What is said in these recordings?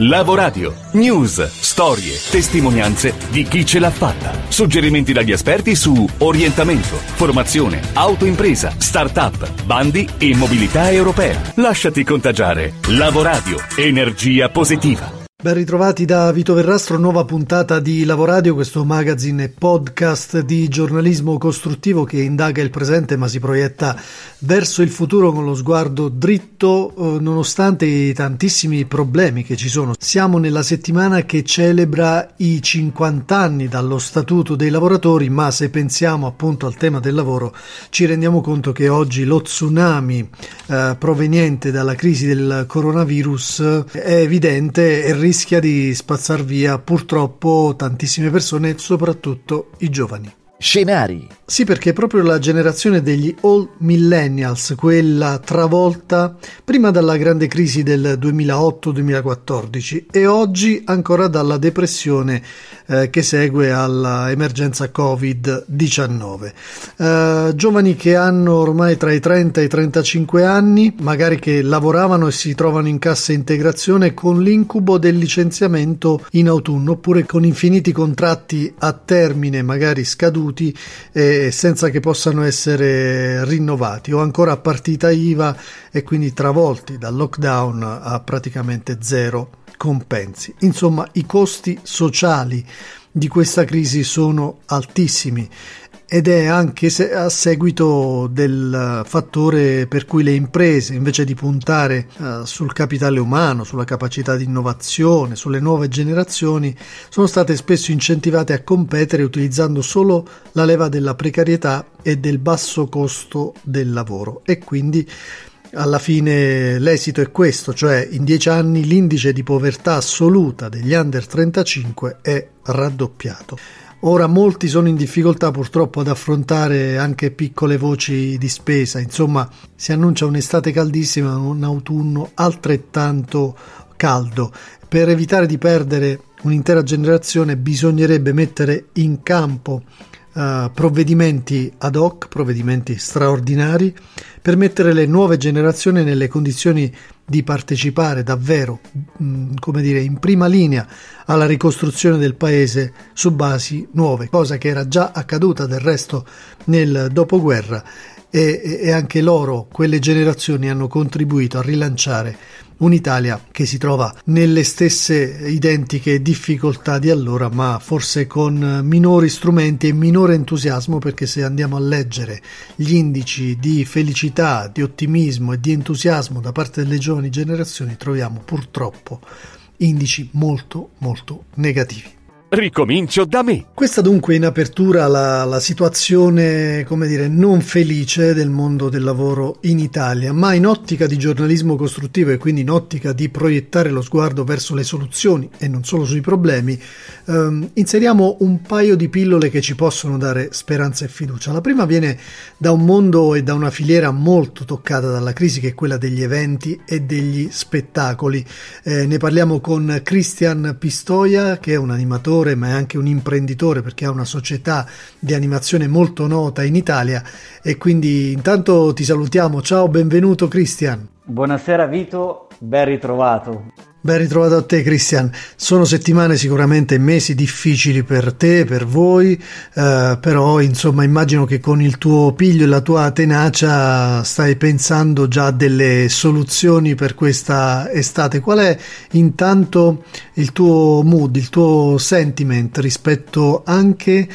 Lavoradio. News, storie, testimonianze di chi ce l'ha fatta. Suggerimenti dagli esperti su orientamento, formazione, autoimpresa, start-up, bandi e mobilità europea. Lasciati contagiare. Lavoradio. Energia positiva. Ben ritrovati da Vito Verrastro, nuova puntata di Lavoradio, questo magazine e podcast di giornalismo costruttivo che indaga il presente ma si proietta verso il futuro con lo sguardo dritto nonostante i tantissimi problemi che ci sono. Siamo nella settimana che celebra i 50 anni dallo Statuto dei lavoratori, ma se pensiamo appunto al tema del lavoro ci rendiamo conto che oggi lo tsunami proveniente dalla crisi del coronavirus è evidente e rischia di spazzar via purtroppo tantissime persone, soprattutto i giovani. Scenari. Sì, perché proprio la generazione degli old millennials, quella travolta prima dalla grande crisi del 2008-2014 e oggi ancora dalla depressione che segue all'emergenza Covid-19. Giovani che hanno ormai tra i 30 e i 35 anni, magari che lavoravano e si trovano in cassa integrazione con l'incubo del licenziamento in autunno, oppure con infiniti contratti a termine magari scaduti senza che possano essere rinnovati, o ancora a partita IVA e quindi travolti dal lockdown a praticamente zero compensi. Insomma, i costi sociali di questa crisi sono altissimi ed è anche a seguito del fattore per cui le imprese, invece di puntare sul capitale umano, sulla capacità di innovazione, sulle nuove generazioni, sono state spesso incentivate a competere utilizzando solo la leva della precarietà e del basso costo del lavoro, e quindi alla fine l'esito è questo, cioè in 10 anni l'indice di povertà assoluta degli under 35 è raddoppiato. Ora molti sono in difficoltà purtroppo ad affrontare anche piccole voci di spesa, insomma si annuncia un'estate caldissima, un autunno altrettanto caldo. Per evitare di perdere un'intera generazione bisognerebbe mettere in campo provvedimenti ad hoc, provvedimenti straordinari per mettere le nuove generazioni nelle condizioni di partecipare davvero, in prima linea alla ricostruzione del paese su basi nuove, cosa che era già accaduta del resto nel dopoguerra e anche loro, quelle generazioni, hanno contribuito a rilanciare un'Italia che si trova nelle stesse identiche difficoltà di allora, ma forse con minori strumenti e minore entusiasmo, perché se andiamo a leggere gli indici di felicità, di ottimismo e di entusiasmo da parte delle giovani generazioni troviamo purtroppo indici molto molto negativi. Ricomincio da me. Questa dunque in apertura la situazione, non felice del mondo del lavoro in Italia, ma in ottica di giornalismo costruttivo e quindi in ottica di proiettare lo sguardo verso le soluzioni e non solo sui problemi, inseriamo un paio di pillole che ci possono dare speranza e fiducia. La prima viene da un mondo e da una filiera molto toccata dalla crisi, che è quella degli eventi e degli spettacoli. Ne parliamo con Christian Pistoia, che è un animatore ma è anche un imprenditore, perché ha una società di animazione molto nota in Italia, e quindi intanto ti salutiamo. Ciao, benvenuto Christian. Buonasera Vito, ben ritrovato. Ben ritrovato a te Christian. Sono settimane, sicuramente mesi difficili per te, per voi, però immagino che con il tuo piglio e la tua tenacia stai pensando già a delle soluzioni per questa estate. Qual è intanto il tuo mood, il tuo sentiment rispetto anche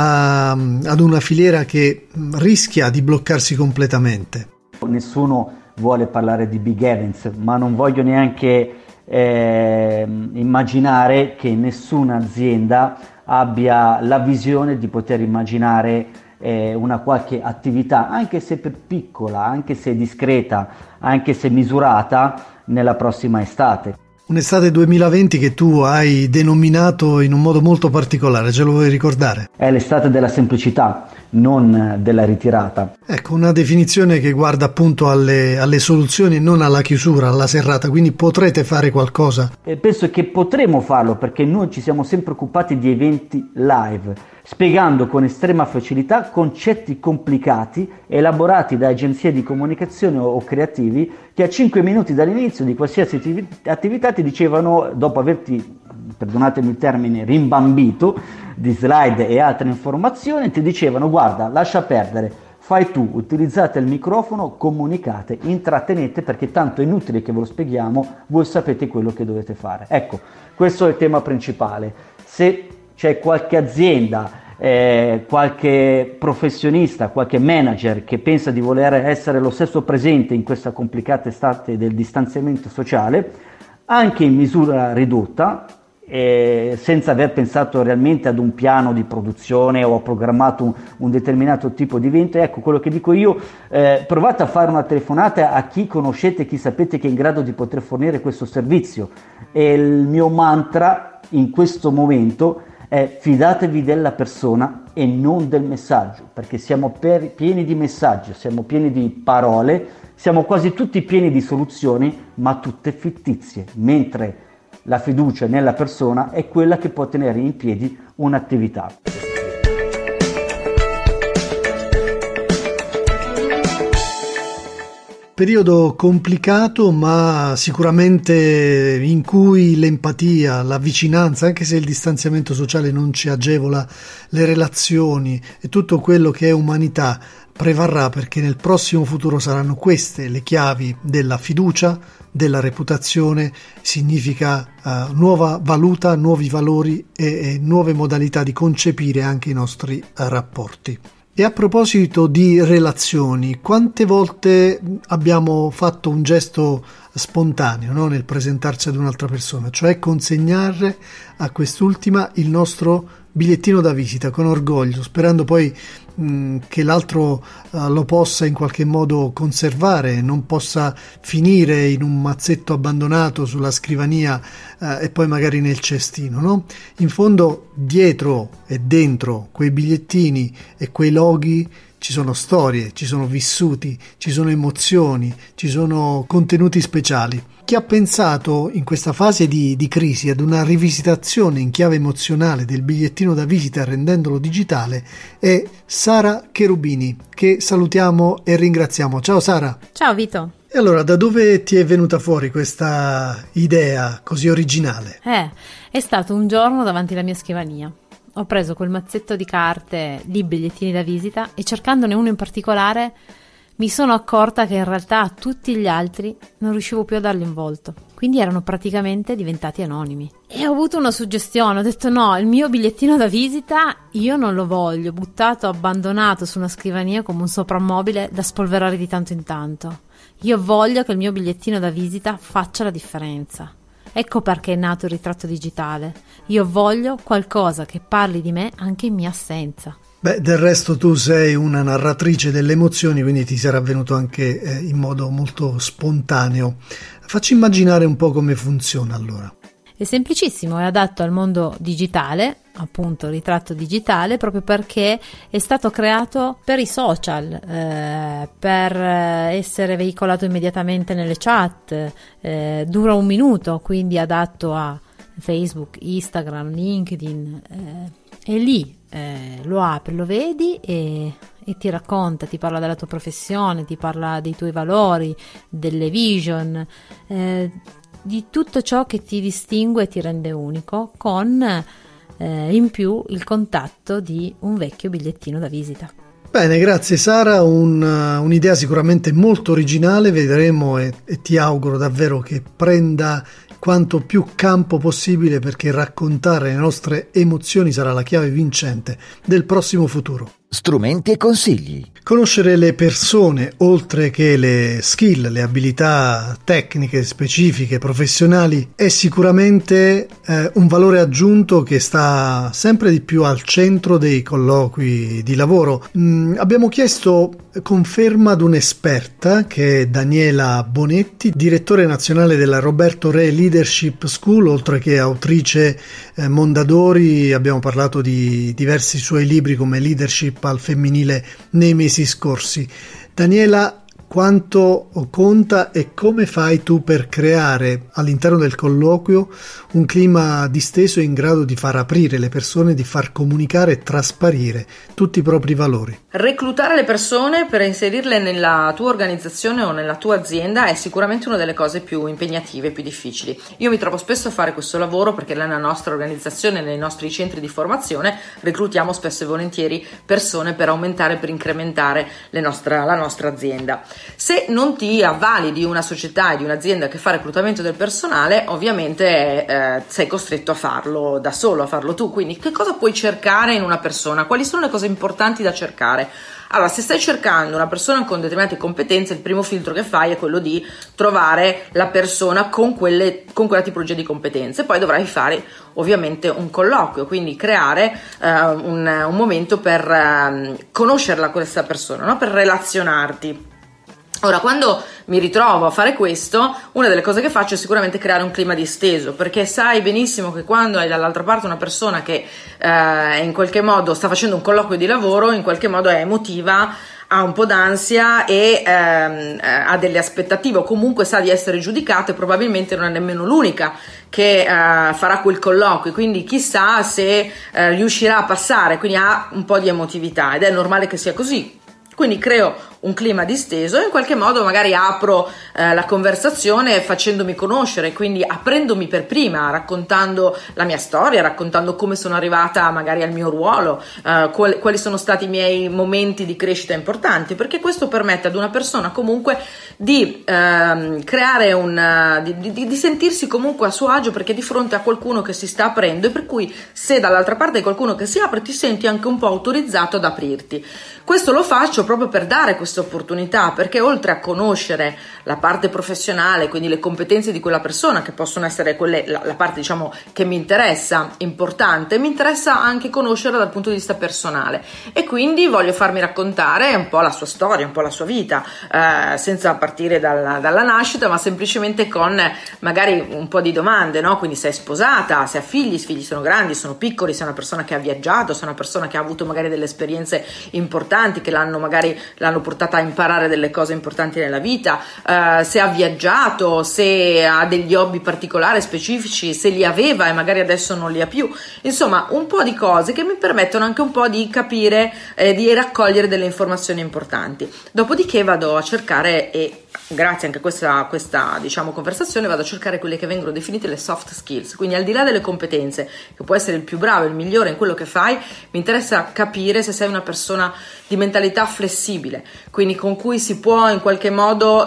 ad una filiera che rischia di bloccarsi completamente? Nessuno vuole parlare di big events, ma non voglio neanche immaginare che nessuna azienda abbia la visione di poter immaginare una qualche attività, anche se piccola, anche se discreta, anche se misurata, nella prossima estate. Un'estate 2020 che tu hai denominato in un modo molto particolare, ce lo vuoi ricordare? È l'estate della semplicità, non della ritirata. Ecco, una definizione che guarda appunto alle soluzioni e non alla chiusura, alla serrata, quindi potrete fare qualcosa? Penso che potremo farlo, perché noi ci siamo sempre occupati di eventi live, spiegando con estrema facilità concetti complicati elaborati da agenzie di comunicazione o creativi che a 5 minuti dall'inizio di qualsiasi attività ti dicevano, dopo averti, perdonatemi il termine, rimbambito di slide e altre informazioni, ti dicevano: guarda, lascia perdere, fai tu, utilizzate il microfono, comunicate, intrattenete, perché tanto è inutile che ve lo spieghiamo, voi sapete quello che dovete fare. Ecco, questo è il tema principale. Se c'è qualche azienda, qualche professionista, qualche manager che pensa di voler essere lo stesso presente in questa complicata estate del distanziamento sociale, anche in misura ridotta, senza aver pensato realmente ad un piano di produzione o programmato un determinato tipo di evento, ecco quello che dico io: provate a fare una telefonata a chi conoscete, chi sapete che è in grado di poter fornire questo servizio. E il mio mantra in questo momento è: fidatevi della persona e non del messaggio, perché siamo pieni di messaggi, siamo pieni di parole, siamo quasi tutti pieni di soluzioni, ma tutte fittizie, mentre la fiducia nella persona è quella che può tenere in piedi un'attività. Periodo complicato, ma sicuramente in cui l'empatia, la vicinanza, anche se il distanziamento sociale non ci agevola le relazioni e tutto quello che è umanità, prevarrà, perché nel prossimo futuro saranno queste le chiavi della fiducia, della reputazione. Significa nuova valuta, nuovi valori e nuove modalità di concepire anche i nostri rapporti. E a proposito di relazioni, quante volte abbiamo fatto un gesto spontaneo, no? Nel presentarci ad un'altra persona, cioè consegnare a quest'ultima il nostro bigliettino da visita con orgoglio, sperando poi che l'altro lo possa in qualche modo conservare, non possa finire in un mazzetto abbandonato sulla scrivania e poi magari nel cestino, no? In fondo, dietro e dentro quei bigliettini e quei loghi ci sono storie, ci sono vissuti, ci sono emozioni, ci sono contenuti speciali. Chi ha pensato in questa fase di crisi ad una rivisitazione in chiave emozionale del bigliettino da visita rendendolo digitale è Sara Cherubini, che salutiamo e ringraziamo. Ciao Sara. Ciao Vito. E allora, da dove ti è venuta fuori questa idea così originale? È stato un giorno davanti alla mia scrivania. Ho preso quel mazzetto di carte di bigliettini da visita e, cercandone uno in particolare, mi sono accorta che in realtà a tutti gli altri non riuscivo più a dargli un volto, quindi erano praticamente diventati anonimi. E ho avuto una suggestione, ho detto no, il mio bigliettino da visita io non lo voglio buttato, abbandonato su una scrivania come un soprammobile da spolverare di tanto in tanto. Io voglio che il mio bigliettino da visita faccia la differenza. Ecco perché è nato il ritratto digitale. Io voglio qualcosa che parli di me anche in mia assenza. Beh, del resto tu sei una narratrice delle emozioni, quindi ti sarà venuto anche in modo molto spontaneo. Facci immaginare un po' come funziona allora. È semplicissimo, è adatto al mondo digitale, appunto ritratto digitale, proprio perché è stato creato per i social, per essere veicolato immediatamente nelle chat, dura 1 minuto, quindi adatto a Facebook, Instagram, LinkedIn, e lì lo apri, lo vedi e ti racconta, ti parla della tua professione, ti parla dei tuoi valori, delle vision, di tutto ciò che ti distingue e ti rende unico, con in più il contatto di un vecchio bigliettino da visita. Bene, grazie Sara, un'idea sicuramente molto originale, vedremo e ti auguro davvero che prenda quanto più campo possibile, perché raccontare le nostre emozioni sarà la chiave vincente del prossimo futuro. Strumenti e consigli. Conoscere le persone, oltre che le skill, le abilità tecniche, specifiche, professionali, è sicuramente un valore aggiunto che sta sempre di più al centro dei colloqui di lavoro. Abbiamo chiesto conferma ad un'esperta, che è Daniela Bonetti, direttore nazionale della Roberto Re Leadership School, oltre che autrice Mondadori. Abbiamo parlato di diversi suoi libri come Leadership al femminile nei mesi scorsi. Daniela, quanto conta e come fai tu per creare all'interno del colloquio un clima disteso in grado di far aprire le persone, di far comunicare e trasparire tutti i propri valori? Reclutare le persone per inserirle nella tua organizzazione o nella tua azienda è sicuramente una delle cose più impegnative, più difficili. Io mi trovo spesso a fare questo lavoro perché nella nostra organizzazione, nei nostri centri di formazione, reclutiamo spesso e volentieri persone per aumentare, per incrementare la nostra azienda. Se non ti avvali di una società e di un'azienda che fa reclutamento del personale, ovviamente sei costretto a farlo da solo, a farlo tu. Quindi che cosa puoi cercare in una persona? Quali sono le cose importanti da cercare? Allora, se stai cercando una persona con determinate competenze, il primo filtro che fai è quello di trovare la persona con quella tipologia di competenze. Poi dovrai fare ovviamente un colloquio, quindi creare un momento per conoscerla questa persona, no? Per relazionarti. Ora, quando mi ritrovo a fare questo, una delle cose che faccio è sicuramente creare un clima disteso, perché sai benissimo che quando hai dall'altra parte una persona che in qualche modo sta facendo un colloquio di lavoro, in qualche modo è emotiva, ha un po' d'ansia e ha delle aspettative, o comunque sa di essere giudicata, e probabilmente non è nemmeno l'unica che farà quel colloquio, quindi chissà se riuscirà a passare, quindi ha un po' di emotività ed è normale che sia così. Quindi creo un clima disteso e in qualche modo magari apro la conversazione facendomi conoscere, quindi aprendomi per prima, raccontando la mia storia, raccontando come sono arrivata magari al mio ruolo, quali sono stati i miei momenti di crescita importanti, perché questo permette ad una persona comunque di creare di sentirsi comunque a suo agio, perché di fronte a qualcuno che si sta aprendo, e per cui se dall'altra parte è qualcuno che si apre ti senti anche un po' autorizzato ad aprirti. Questo lo faccio proprio per dare questa opportunità, perché oltre a conoscere la parte professionale, quindi le competenze di quella persona, che possono essere quelle, la parte diciamo che mi interessa, importante, mi interessa anche conoscerla dal punto di vista personale, e quindi voglio farmi raccontare un po' la sua storia, un po' la sua vita, senza partire dalla nascita, ma semplicemente con magari un po' di domande, no? Quindi se è sposata, se ha figli sono grandi, sono piccoli, se è una persona che ha viaggiato, se è una persona che ha avuto magari delle esperienze importanti che l'hanno portata a imparare delle cose importanti nella vita, se ha viaggiato, se ha degli hobby particolari, specifici, se li aveva e magari adesso non li ha più. Insomma, un po' di cose che mi permettono anche un po' di capire, di raccogliere delle informazioni importanti. Dopodiché vado a cercare, e grazie anche a questa diciamo conversazione, vado a cercare quelle che vengono definite le soft skills. Quindi al di là delle competenze, che può essere il più bravo, il migliore in quello che fai, mi interessa capire se sei una persona di mentalità flessibile, quindi con cui si può in qualche modo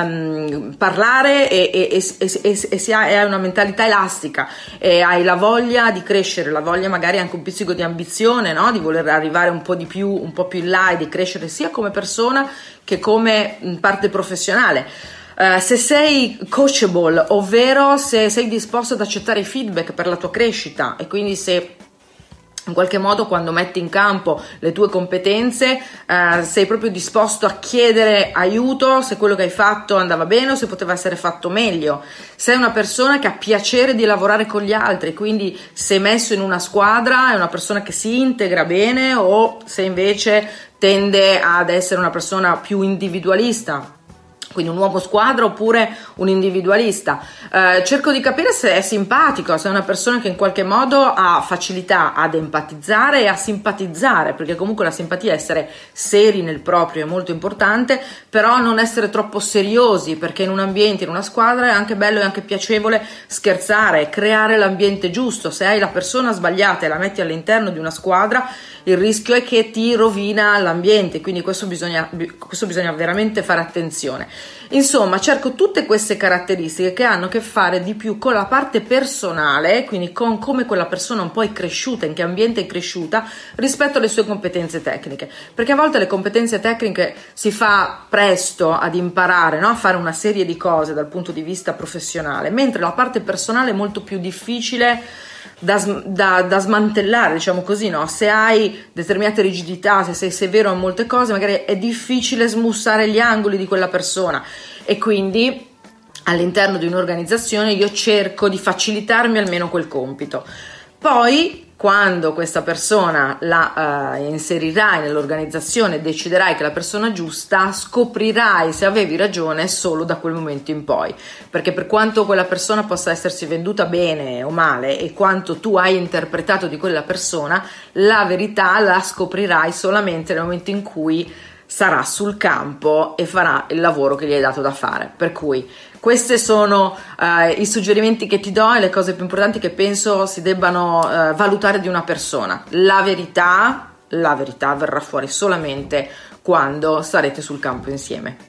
parlare e hai una mentalità elastica, e hai la voglia di crescere, la voglia magari anche un pizzico di ambizione, no? Di voler arrivare un po' più in là e di crescere sia come persona che come parte professionale. Se sei coachable, ovvero se sei disposto ad accettare i feedback per la tua crescita, e quindi se in qualche modo quando metti in campo le tue competenze sei proprio disposto a chiedere aiuto se quello che hai fatto andava bene o se poteva essere fatto meglio. Sei una persona che ha piacere di lavorare con gli altri, quindi se messo in una squadra è una persona che si integra bene, o se invece tende ad essere una persona più individualista, quindi un uomo squadra oppure un individualista. Cerco di capire se è simpatico, se è una persona che in qualche modo ha facilità ad empatizzare e a simpatizzare, perché comunque la simpatia, essere seri nel proprio, è molto importante, però non essere troppo seriosi, perché in un ambiente, in una squadra, è anche bello e anche piacevole scherzare, creare l'ambiente giusto. Se hai la persona sbagliata e la metti all'interno di una squadra, il rischio è che ti rovina l'ambiente, quindi questo bisogna veramente fare attenzione. Insomma, cerco tutte queste caratteristiche che hanno a che fare di più con la parte personale, quindi con come quella persona un po' è cresciuta, in che ambiente è cresciuta rispetto alle sue competenze tecniche, perché a volte le competenze tecniche si fa presto ad imparare, no? A fare una serie di cose dal punto di vista professionale, mentre la parte personale è molto più difficile da smantellare, diciamo così, no? Se hai determinate rigidità, se sei severo in molte cose, magari è difficile smussare gli angoli di quella persona, e quindi all'interno di un'organizzazione io cerco di facilitarmi almeno quel compito. Poi quando questa persona la inserirai nell'organizzazione, deciderai che è la persona giusta, scoprirai se avevi ragione solo da quel momento in poi, perché per quanto quella persona possa essersi venduta bene o male e quanto tu hai interpretato di quella persona, la verità la scoprirai solamente nel momento in cui sarà sul campo e farà il lavoro che gli hai dato da fare. Per cui questi sono i suggerimenti che ti do e le cose più importanti che penso si debbano valutare di una persona. La verità verrà fuori solamente quando sarete sul campo insieme.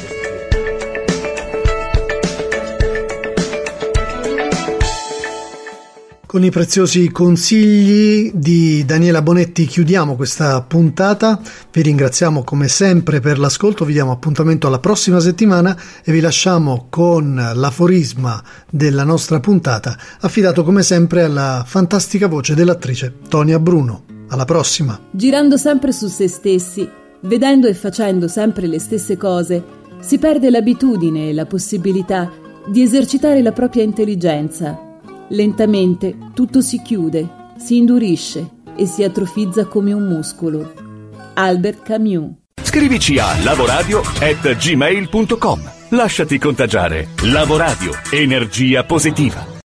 Con i preziosi consigli di Daniela Bonetti chiudiamo questa puntata. Vi ringraziamo come sempre per l'ascolto, vi diamo appuntamento alla prossima settimana e vi lasciamo con l'aforisma della nostra puntata, affidato come sempre alla fantastica voce dell'attrice Tonia Bruno. Alla prossima! Girando sempre su se stessi, vedendo e facendo sempre le stesse cose, si perde l'abitudine e la possibilità di esercitare la propria intelligenza. Lentamente tutto si chiude, si indurisce e si atrofizza come un muscolo. Albert Camus. Scrivici a lavoradio@gmail.com. Lasciati contagiare. Lavoradio, energia positiva.